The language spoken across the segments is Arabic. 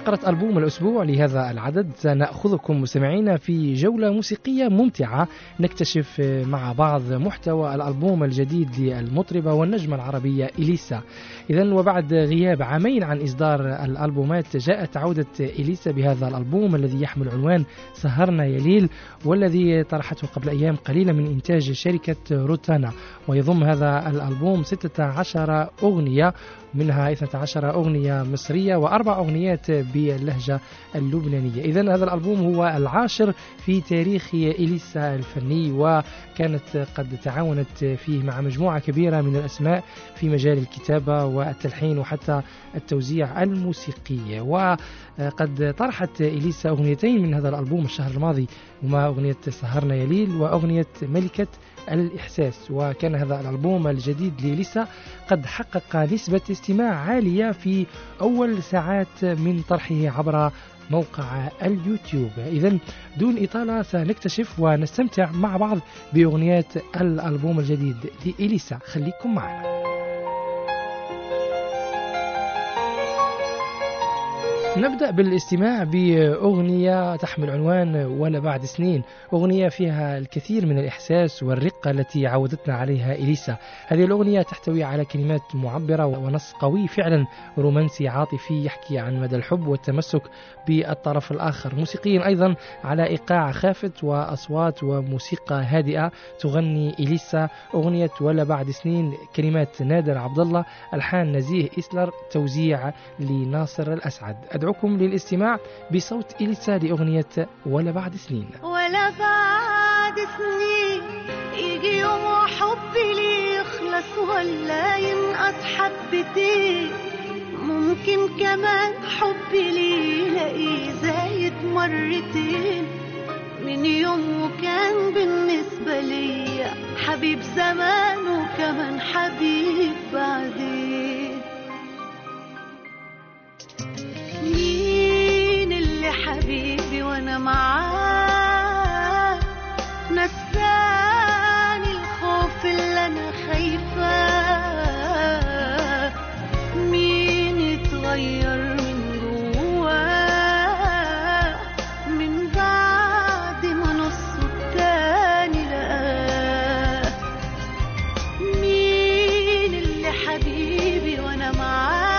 فقرة ألبوم الأسبوع لهذا العدد سنأخذكم مستمعينا في جولة موسيقية ممتعة نكتشف مع بعض محتوى الألبوم الجديد للمطربة والنجمة العربية إليسا. إذن وبعد غياب عامين عن إصدار الألبومات جاءت عودة إليسا بهذا الألبوم الذي يحمل عنوان سهرنا يليل، والذي طرحته قبل أيام قليلة من إنتاج شركة روتانا، ويضم هذا الألبوم 16 أغنية، منها 12 أغنية مصرية و4 أغنيات باللهجة اللبنانية. إذن هذا الألبوم هو العاشر في تاريخ إليسا الفني، وكانت قد تعاونت فيه مع مجموعة كبيرة من الأسماء في مجال الكتابة والتلحين وحتى التوزيع الموسيقي. وقد طرحت إليسا أغنيتين من هذا الألبوم الشهر الماضي، هما أغنية سهرنا يليل وأغنية ملكة الإحساس. وكان هذا الألبوم الجديد لإليسا قد حقق نسبة استماع عالية في أول ساعات من طرحه عبر موقع اليوتيوب. إذن دون إطالة سنكتشف ونستمتع مع بعض بأغنيات الألبوم الجديد لإليسا، خليكم معنا. نبدأ بالاستماع بأغنية تحمل عنوان ولا بعد سنين، أغنية فيها الكثير من الإحساس والرقة التي عودتنا عليها إليسا. هذه الأغنية تحتوي على كلمات معبرة ونص قوي فعلا رومانسي عاطفي يحكي عن مدى الحب والتمسك بالطرف الآخر. موسيقيا أيضا على إيقاع خافت وأصوات وموسيقى هادئة تغني إليسا. أغنية ولا بعد سنين كلمات نادر عبد الله، ألحان نزيه إسلر، توزيع لناصر الأسعد. أدعوكم للاستماع بصوت إليسا لأغنية ولا بعد سنين. ولا بعد سنين يجي يوم وحبي لي يخلص ولا ينقص حبتين، ممكن كمان حبي لي يلاقي زايد مرتين من يوم وكان بالنسبة لي حبيب زمان وكمان حبيب بعدين. مين اللي حبيبي وانا معاه نساني الخوف اللي انا خايفاه، مين يتغير من جواه من بعد ما نصه التاني لقاه، مين اللي حبيبي وانا معاه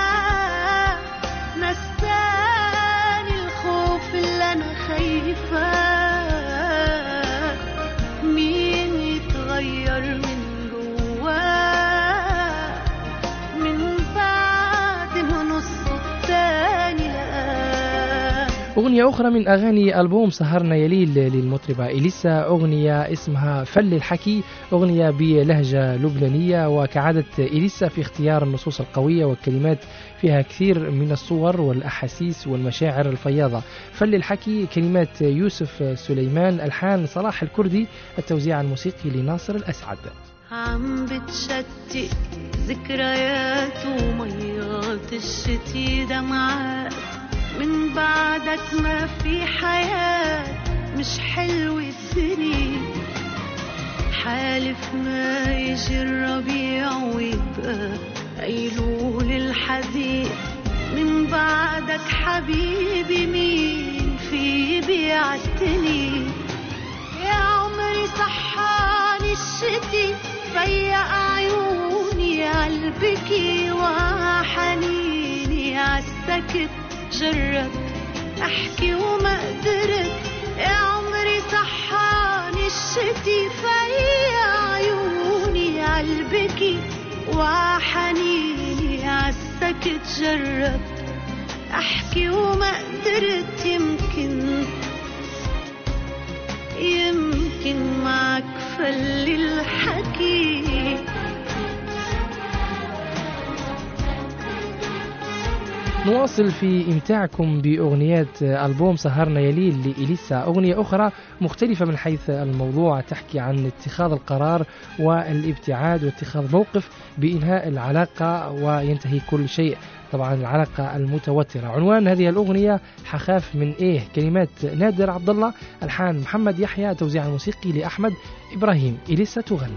مين يتغير من جواه من بعد ما نصه التاني لقاه. أغنية أخرى من أغاني ألبوم سهرنا يليل للمطربة إليسا، أغنية اسمها فل الحكي، أغنية بلهجة لبنانية، وكعادة إليسا في اختيار النصوص القوية والكلمات فيها كثير من الصور والأحاسيس والمشاعر الفياضة. فل الحكي كلمات يوسف سليمان، ألحان صلاح الكردي، التوزيع الموسيقي لناصر الأسعد. عم بتشتي ذكريات وميات الشتي دمعات، من بعدك ما في حياة، مش حلو السنين، حالف ما يجي الربيع ويبقى أيلول الحزين، من بعدك حبيبي مين في بيعتني، يا عمري صحاني الشتي فيا عيوني عالبكي وحنيني عالسكت، جربت احكي وما قدرت، يا عمري صحاني الشتي فيا عيوني عالبكي وحنيني عالسكت، جربت احكي وما قدرت، يمكن معك فل الحكي. نواصل في إمتاعكم بأغنيات ألبوم سهرنا يليل لإليسا. أغنية أخرى مختلفة من حيث الموضوع، تحكي عن اتخاذ القرار والابتعاد واتخاذ موقف بإنهاء العلاقة وينتهي كل شيء، طبعا العلاقة المتوترة. عنوان هذه الأغنية حخاف من إيه، كلمات نادر عبد الله، ألحان محمد يحيى، توزيع الموسيقي لأحمد إبراهيم. إليسا تغني.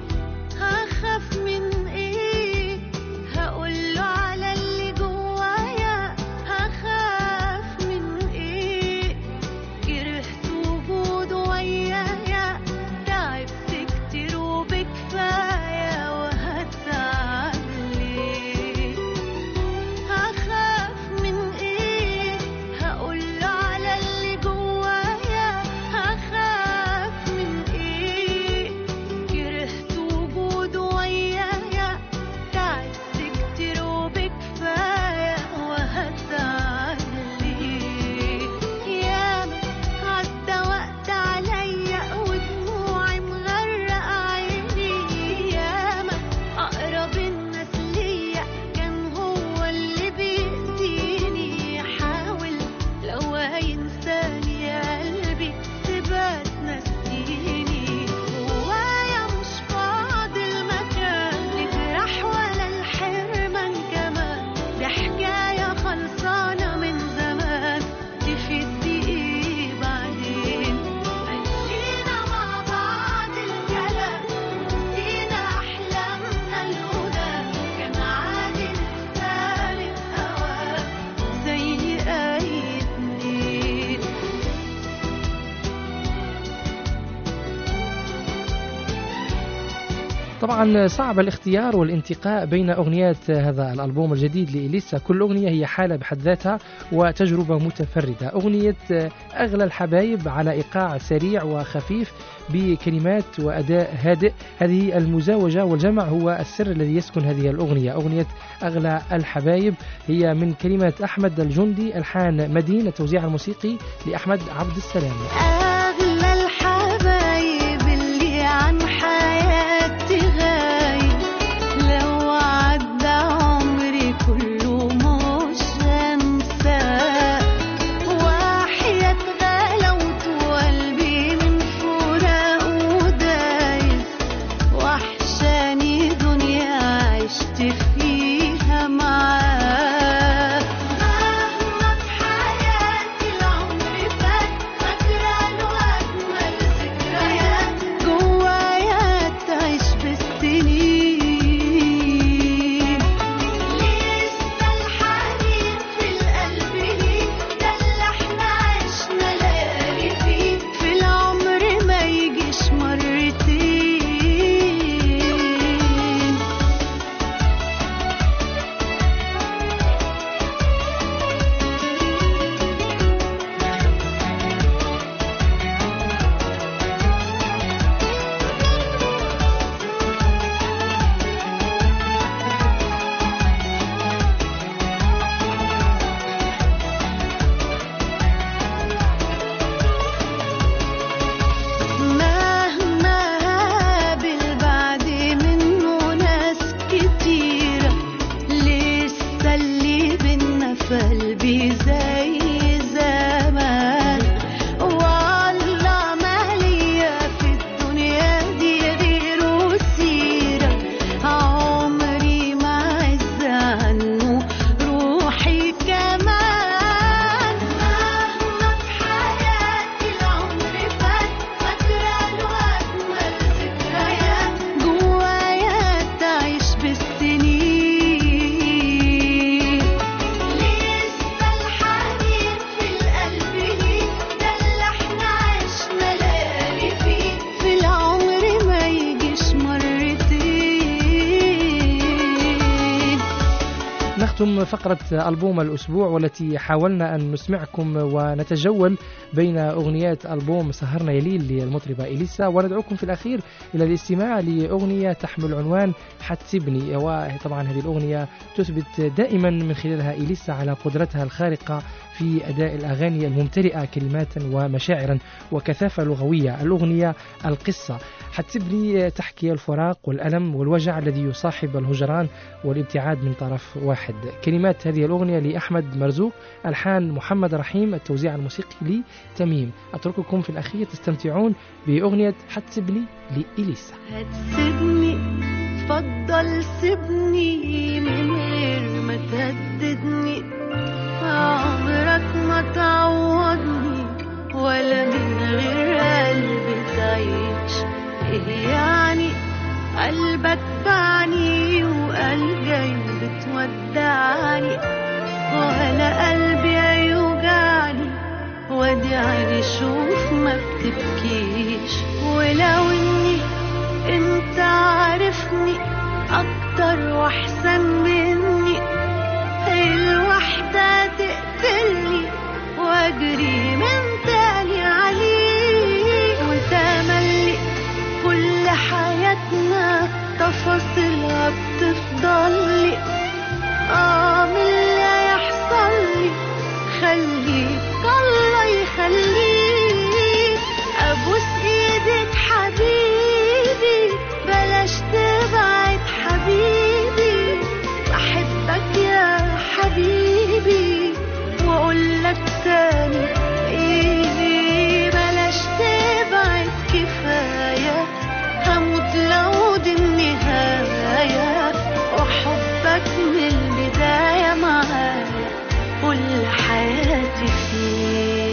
طبعا صعب الاختيار والانتقاء بين أغنيات هذا الألبوم الجديد لإليسا. كل أغنية هي حالة بحد ذاتها وتجربة متفردة. أغنية أغلى الحبايب على إيقاع سريع وخفيف بكلمات وأداء هادئ. هذه المزاوجة والجمع هو السر الذي يسكن هذه الأغنية. أغنية أغلى الحبايب هي من كلمات أحمد الجندي، ألحان مدين، التوزيع الموسيقي لأحمد عبد السلام. أغلى الحبايب اللي عن حياتي غايب، لو عدى عمري كله مش هنساه، وحياة غلاوته قلبي من فراقه دايب، وحشاني دنيا عشت فيها معاه. مهما في حياتي العمر فات، فاكرة له أجمل ذكريات، جوايا تعيش بالسنين. لسه الحنين في القلب ليه، ده اللي احنا عشنا ليالي فيه، في العمر ما يجيش مرتين. مهما هقابل بعد منه ناس كتيرة، لسه اللي بينا في قلبي زي زمان، والله ما ليا في الدنيا دي غيره سيرة، عمري ما عز عنه روحي كمان. مهما في حياتي العمر فات، فاكرة له أجمل ذكريات، جوايا تعيش بالسنين. لسه الحنين في القلب ليه، ده اللي احنا عشنا ليالي فيه، في العمر ما يجيش مرتين. نختم فقرة ألبوم الأسبوع، والتي حاولنا أن نسمعكم ونتجول بين أغنيات ألبوم سهرنا يليل للمطربة إليسا، وندعوكم في الأخير إلى الاستماع لأغنية تحمل عنوان حتسبني. وطبعا هذه الأغنية تثبت دائما من خلالها إليسا على قدرتها الخارقة في أداء الأغاني الممتلئة كلمات ومشاعرا وكثافة لغوية. الأغنية القصة حتسبني تحكي الفراق والألم والوجع الذي يصاحب الهجران والابتعاد من طرف واحد. كلمات هذه الأغنية لأحمد مرزوق، ألحان محمد رحيم، التوزيع الموسيقي لتميم. أترككم في الأخير تستمتعون بأغنية حتسبني لإليسا. هتسيبني فضل سيبني من غير ما تهددني، عمرك ما تعوضني ولا من غير قلبي تعيش. ايه يعني قلبك باعني وقال جاي بتودعني، ولا قلبي هيوجعني وادي عيني شوف ما بتبكيش. ولو اني انت عارفني اكتر واحسن مني، الوحدة تقتلني واجري من تاني عليك، وتملي كل حياتنا تفاصيلها بتفضلي. من اللي يحصل لي خليك الله يخليك، ابوس ايدك حبيبي بلاش تبعد حبيبي، بحبك يا حبيبي واقولك تاني ايه، بلاش تبعد كفاية، هموت لو دي النهاية، وحبك من البداية معايا كل حياتي فيه.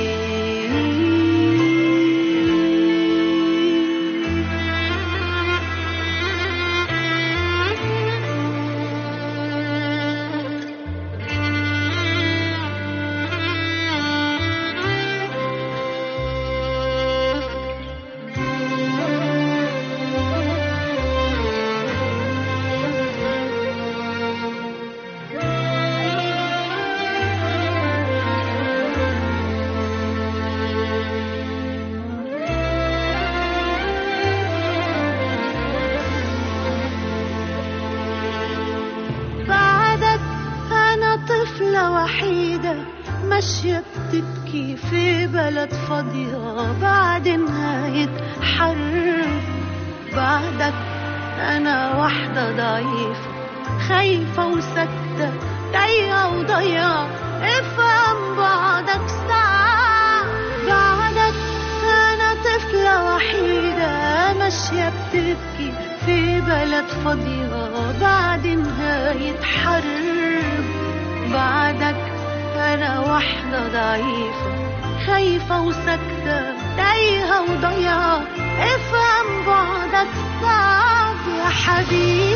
وحيدة ماشية بتبكي في بلد فاضية بعد نهاية حرب. بعدك أنا واحدة ضعيفة خايفة وساكتة تايهة وضيعة. افهم بعدك ساعة. بعدك أنا طفلة وحيدة ماشية بتبكي في بلد فاضية بعد نهاية حرب. بعدك أنا واحدة ضعيفة خايفة وساكتة تايهة وضيعة. افهم بعدك صعب يا حبيبي.